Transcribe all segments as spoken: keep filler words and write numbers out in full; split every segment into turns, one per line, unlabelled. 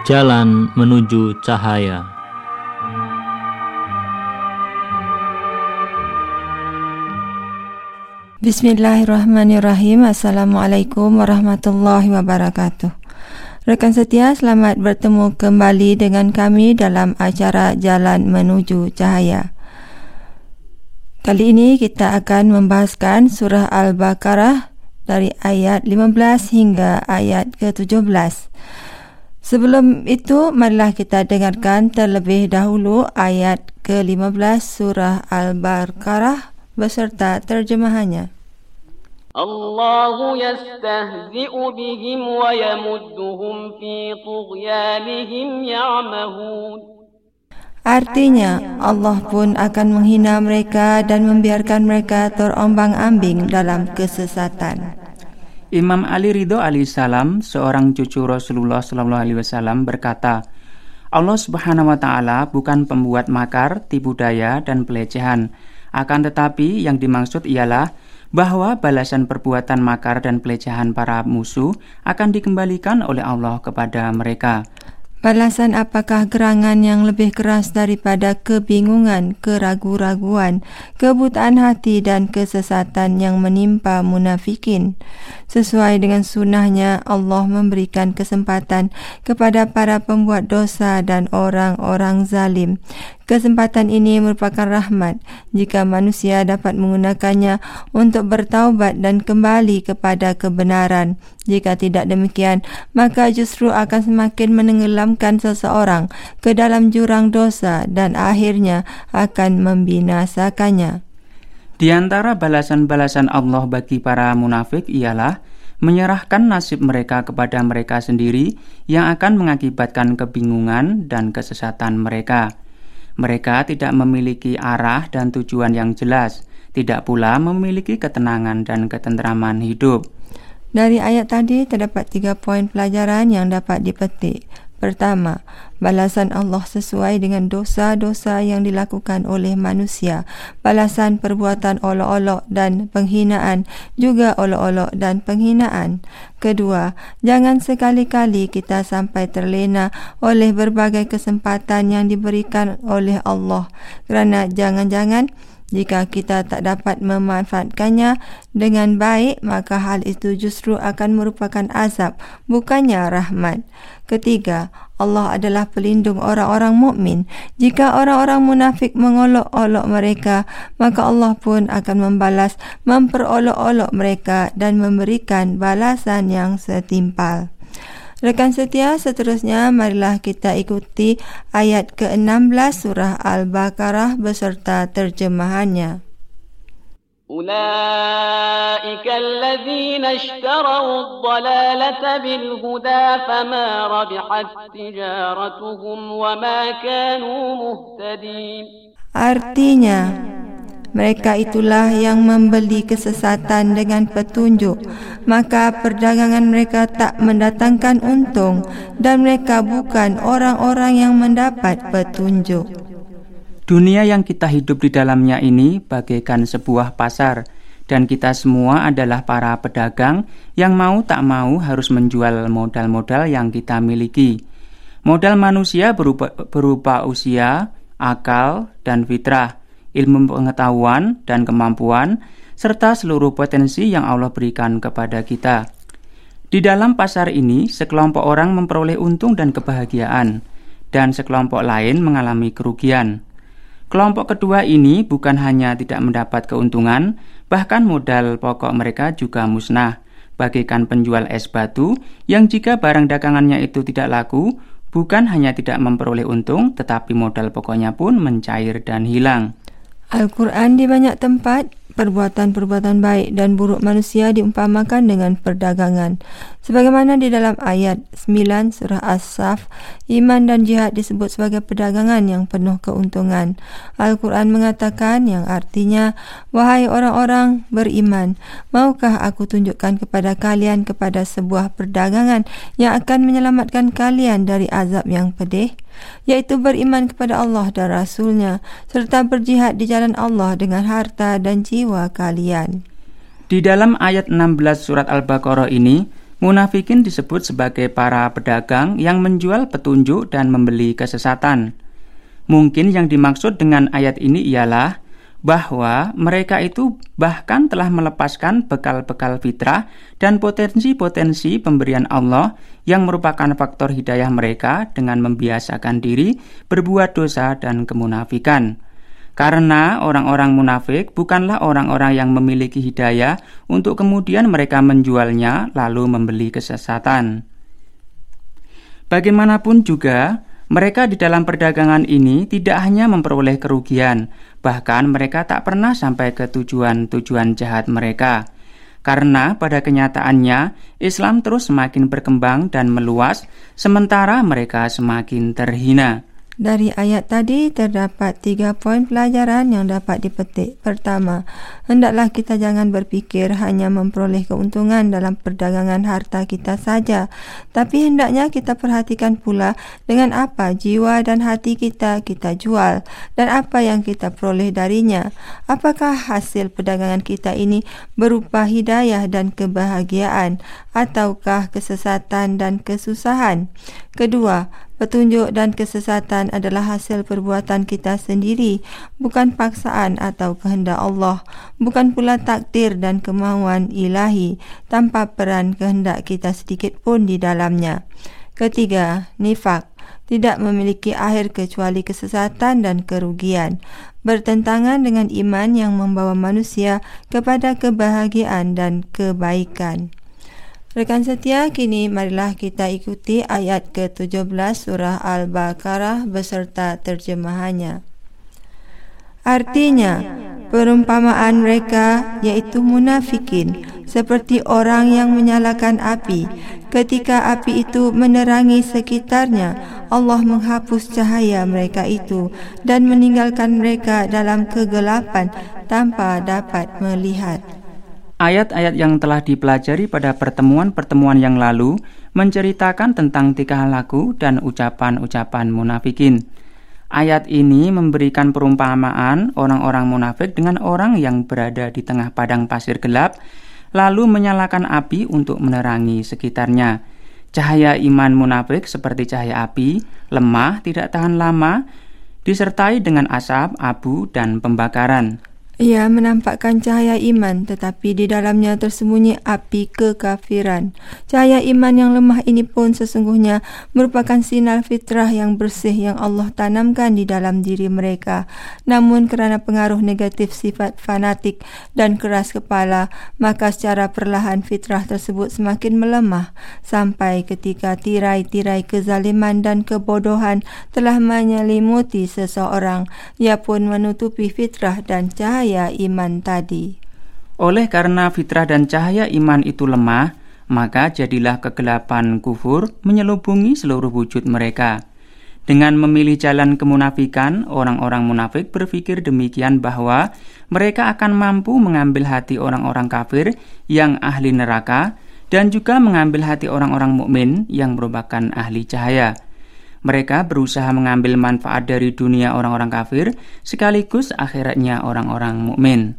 Jalan menuju cahaya.
Bismillahirrahmanirrahim. Assalamualaikum warahmatullahi wabarakatuh. Rekan setia, selamat bertemu kembali dengan kami dalam acara Jalan Menuju Cahaya. Kali ini kita akan membahaskan surah Al-Baqarah dari ayat lima belas hingga ayat ke tujuh belas. Sebelum itu, marilah kita dengarkan terlebih dahulu ayat ke lima belas surah Al-Baqarah beserta terjemahannya.
Allahu yastahzi'u bihim wa yamudduhum fi tughyanihim ya'mahun.
Artinya, Allah pun akan menghina mereka dan membiarkan mereka terombang-ambing dalam kesesatan.
Imam Ali Ridho alaihissalam, seorang cucu Rasulullah shallallahu alaihi wasallam, berkata, Allah Subhanahu wa Ta'ala bukan pembuat makar, tipu daya, dan pelecehan. Akan tetapi yang dimaksud ialah bahwa balasan perbuatan makar dan pelecehan para musuh akan dikembalikan oleh Allah kepada mereka.
Balasan apakah gerangan yang lebih keras daripada kebingungan, keragu-raguan, kebutaan hati dan kesesatan yang menimpa munafikin? Sesuai dengan sunnahnya, Allah memberikan kesempatan kepada para pembuat dosa dan orang-orang zalim. Kesempatan ini merupakan rahmat jika manusia dapat menggunakannya untuk bertaubat dan kembali kepada kebenaran. Jika tidak demikian, maka justru akan semakin menenggelamkan seseorang ke dalam jurang dosa dan akhirnya akan membinasakannya.
Di antara balasan-balasan Allah bagi para munafik ialah menyerahkan nasib mereka kepada mereka sendiri yang akan mengakibatkan kebingungan dan kesesatan mereka. Mereka tidak memiliki arah dan tujuan yang jelas, tidak pula memiliki ketenangan dan ketentraman hidup.
Dari ayat tadi terdapat tiga poin pelajaran yang dapat dipetik. Pertama, balasan Allah sesuai dengan dosa-dosa yang dilakukan oleh manusia. Balasan perbuatan olok-olok dan penghinaan juga olok-olok dan penghinaan. Kedua, jangan sekali-kali kita sampai terlena oleh berbagai kesempatan yang diberikan oleh Allah, kerana jangan-jangan jika kita tak dapat memanfaatkannya dengan baik, maka hal itu justru akan merupakan azab, bukannya rahmat. Ketiga, Allah adalah pelindung orang-orang mukmin. Jika orang-orang munafik mengolok-olok mereka, maka Allah pun akan membalas memperolok-olok mereka dan memberikan balasan yang setimpal. Rekan setia, seterusnya marilah kita ikuti ayat ke enam belas surah Al-Baqarah beserta terjemahannya.
Ulaika alladhina ishtaraw ad-dalalata bil huda fama rabihat tijaratuhum wama kanu muhtadin.
Artinya, mereka itulah yang membeli kesesatan dengan petunjuk, maka perdagangan mereka tak mendatangkan untung dan mereka bukan orang-orang yang mendapat petunjuk.
Dunia yang kita hidup di dalamnya ini bagaikan sebuah pasar, dan kita semua adalah para pedagang yang mau tak mau harus menjual modal-modal yang kita miliki. Modal manusia berupa, berupa usia, akal, dan fitrah, ilmu pengetahuan dan kemampuan, serta seluruh potensi yang Allah berikan kepada kita. Di dalam pasar ini, sekelompok orang memperoleh untung dan kebahagiaan, dan sekelompok lain mengalami kerugian. Kelompok kedua ini bukan hanya tidak mendapat keuntungan, bahkan modal pokok mereka juga musnah, bagaikan penjual es batu yang jika barang dagangannya itu tidak laku, bukan hanya tidak memperoleh untung, tetapi modal pokoknya pun mencair dan hilang.
Al-Quran di banyak tempat, perbuatan-perbuatan baik dan buruk manusia diumpamakan dengan perdagangan. Sebagaimana di dalam ayat sembilan surah As-Saff, iman dan jihad disebut sebagai perdagangan yang penuh keuntungan. Al-Quran mengatakan yang artinya, wahai orang-orang beriman, maukah aku tunjukkan kepada kalian kepada sebuah perdagangan yang akan menyelamatkan kalian dari azab yang pedih? Yaitu beriman kepada Allah dan Rasul-Nya, serta berjihad di jalan Allah dengan harta dan jiwa kalian.
Di dalam ayat enam belas surat Al-Baqarah ini, Munafikin disebut sebagai para pedagang yang menjual petunjuk dan membeli kesesatan. Mungkin yang dimaksud dengan ayat ini ialah bahwa mereka itu bahkan telah melepaskan bekal-bekal fitrah dan potensi-potensi pemberian Allah yang merupakan faktor hidayah mereka dengan membiasakan diri berbuat dosa dan kemunafikan. Karena orang-orang munafik bukanlah orang-orang yang memiliki hidayah untuk kemudian mereka menjualnya lalu membeli kesesatan. Bagaimanapun juga, mereka di dalam perdagangan ini tidak hanya memperoleh kerugian, bahkan mereka tak pernah sampai ke tujuan-tujuan jahat mereka. Karena pada kenyataannya, Islam terus semakin berkembang dan meluas, sementara mereka semakin terhina.
Dari ayat tadi terdapat tiga poin pelajaran yang dapat dipetik. Pertama, hendaklah kita jangan berfikir hanya memperoleh keuntungan dalam perdagangan harta kita saja, tapi hendaknya kita perhatikan pula dengan apa jiwa dan hati kita kita jual dan apa yang kita peroleh darinya. Apakah hasil perdagangan kita ini berupa hidayah dan kebahagiaan ataukah kesesatan dan kesusahan? Kedua, petunjuk dan kesesatan adalah hasil perbuatan kita sendiri, bukan paksaan atau kehendak Allah, bukan pula takdir dan kemauan ilahi, tanpa peran kehendak kita sedikit pun di dalamnya. Ketiga, nifak tidak memiliki akhir kecuali kesesatan dan kerugian, bertentangan dengan iman yang membawa manusia kepada kebahagiaan dan kebaikan. Rekan setia, kini marilah kita ikuti ayat ke tujuh belas surah Al-Baqarah beserta terjemahannya. Artinya, perumpamaan mereka yaitu munafikin seperti orang yang menyalakan api. Ketika api itu menerangi sekitarnya, Allah menghapus cahaya mereka itu dan meninggalkan mereka dalam kegelapan tanpa dapat melihat.
Ayat-ayat yang telah dipelajari pada pertemuan-pertemuan yang lalu menceritakan tentang tingkah laku dan ucapan-ucapan munafikin. Ayat ini memberikan perumpamaan orang-orang munafik dengan orang yang berada di tengah padang pasir gelap, lalu menyalakan api untuk menerangi sekitarnya. Cahaya iman munafik seperti cahaya api, lemah, tidak tahan lama, disertai dengan asap, abu, dan pembakaran.
Ia menampakkan cahaya iman, tetapi di dalamnya tersembunyi api kekafiran. Cahaya iman yang lemah ini pun sesungguhnya merupakan sinar fitrah yang bersih yang Allah tanamkan di dalam diri mereka. Namun kerana pengaruh negatif sifat fanatik dan keras kepala, maka secara perlahan fitrah tersebut semakin melemah, sampai ketika tirai-tirai kezaliman dan kebodohan telah menyelimuti seseorang, ia pun menutupi fitrah dan cahaya iman tadi.
Oleh karena fitrah dan cahaya iman itu lemah, maka jadilah kegelapan kufur menyelubungi seluruh wujud mereka. Dengan memilih jalan kemunafikan, orang-orang munafik berpikir demikian bahwa mereka akan mampu mengambil hati orang-orang kafir yang ahli neraka dan juga mengambil hati orang-orang mukmin yang merupakan ahli cahaya. Mereka berusaha mengambil manfaat dari dunia orang-orang kafir sekaligus akhiratnya orang-orang mukmin.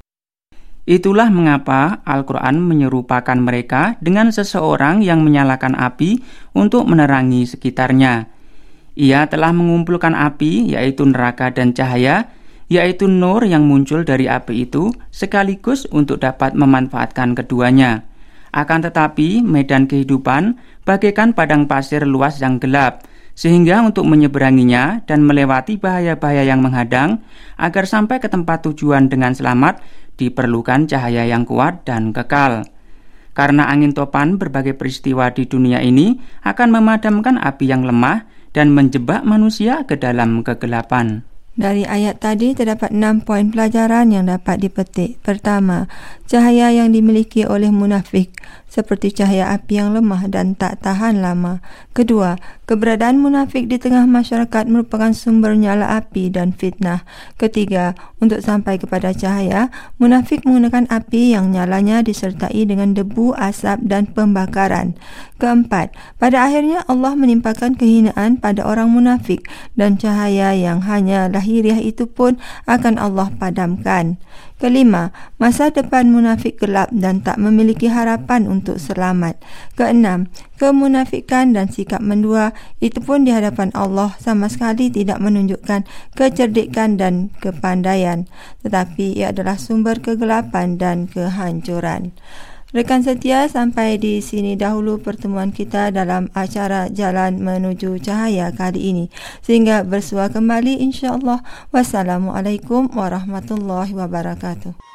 Itulah mengapa Al-Quran menyerupakan mereka dengan seseorang yang menyalakan api untuk menerangi sekitarnya. Ia telah mengumpulkan api, yaitu neraka dan cahaya, yaitu nur yang muncul dari api itu, sekaligus untuk dapat memanfaatkan keduanya. Akan tetapi, medan kehidupan bagaikan padang pasir luas yang gelap, sehingga untuk menyeberanginya dan melewati bahaya-bahaya yang menghadang, agar sampai ke tempat tujuan dengan selamat, diperlukan cahaya yang kuat dan kekal. Karena angin topan berbagai peristiwa di dunia ini akan memadamkan api yang lemah dan menjebak manusia ke dalam kegelapan.
Dari ayat tadi terdapat enam poin pelajaran yang dapat dipetik. Pertama, cahaya yang dimiliki oleh munafik seperti cahaya api yang lemah dan tak tahan lama. Kedua, keberadaan munafik di tengah masyarakat merupakan sumber nyala api dan fitnah. Ketiga, untuk sampai kepada cahaya, munafik menggunakan api yang nyalanya disertai dengan debu, asap dan pembakaran. Keempat, pada akhirnya Allah menimpakan kehinaan pada orang munafik dan cahaya yang hanyalah lahiriah itu pun akan Allah padamkan. Kelima, masa depan munafik gelap dan tak memiliki harapan untuk selamat. Keenam, kemunafikan dan sikap mendua itu pun di hadapan Allah sama sekali tidak menunjukkan kecerdikan dan kepandaian, tetapi ia adalah sumber kegelapan dan kehancuran. Rekan setia, sampai di sini dahulu pertemuan kita dalam acara Jalan Menuju Cahaya kali ini. Sehingga bersua kembali insya-Allah. Wassalamualaikum warahmatullahi wabarakatuh.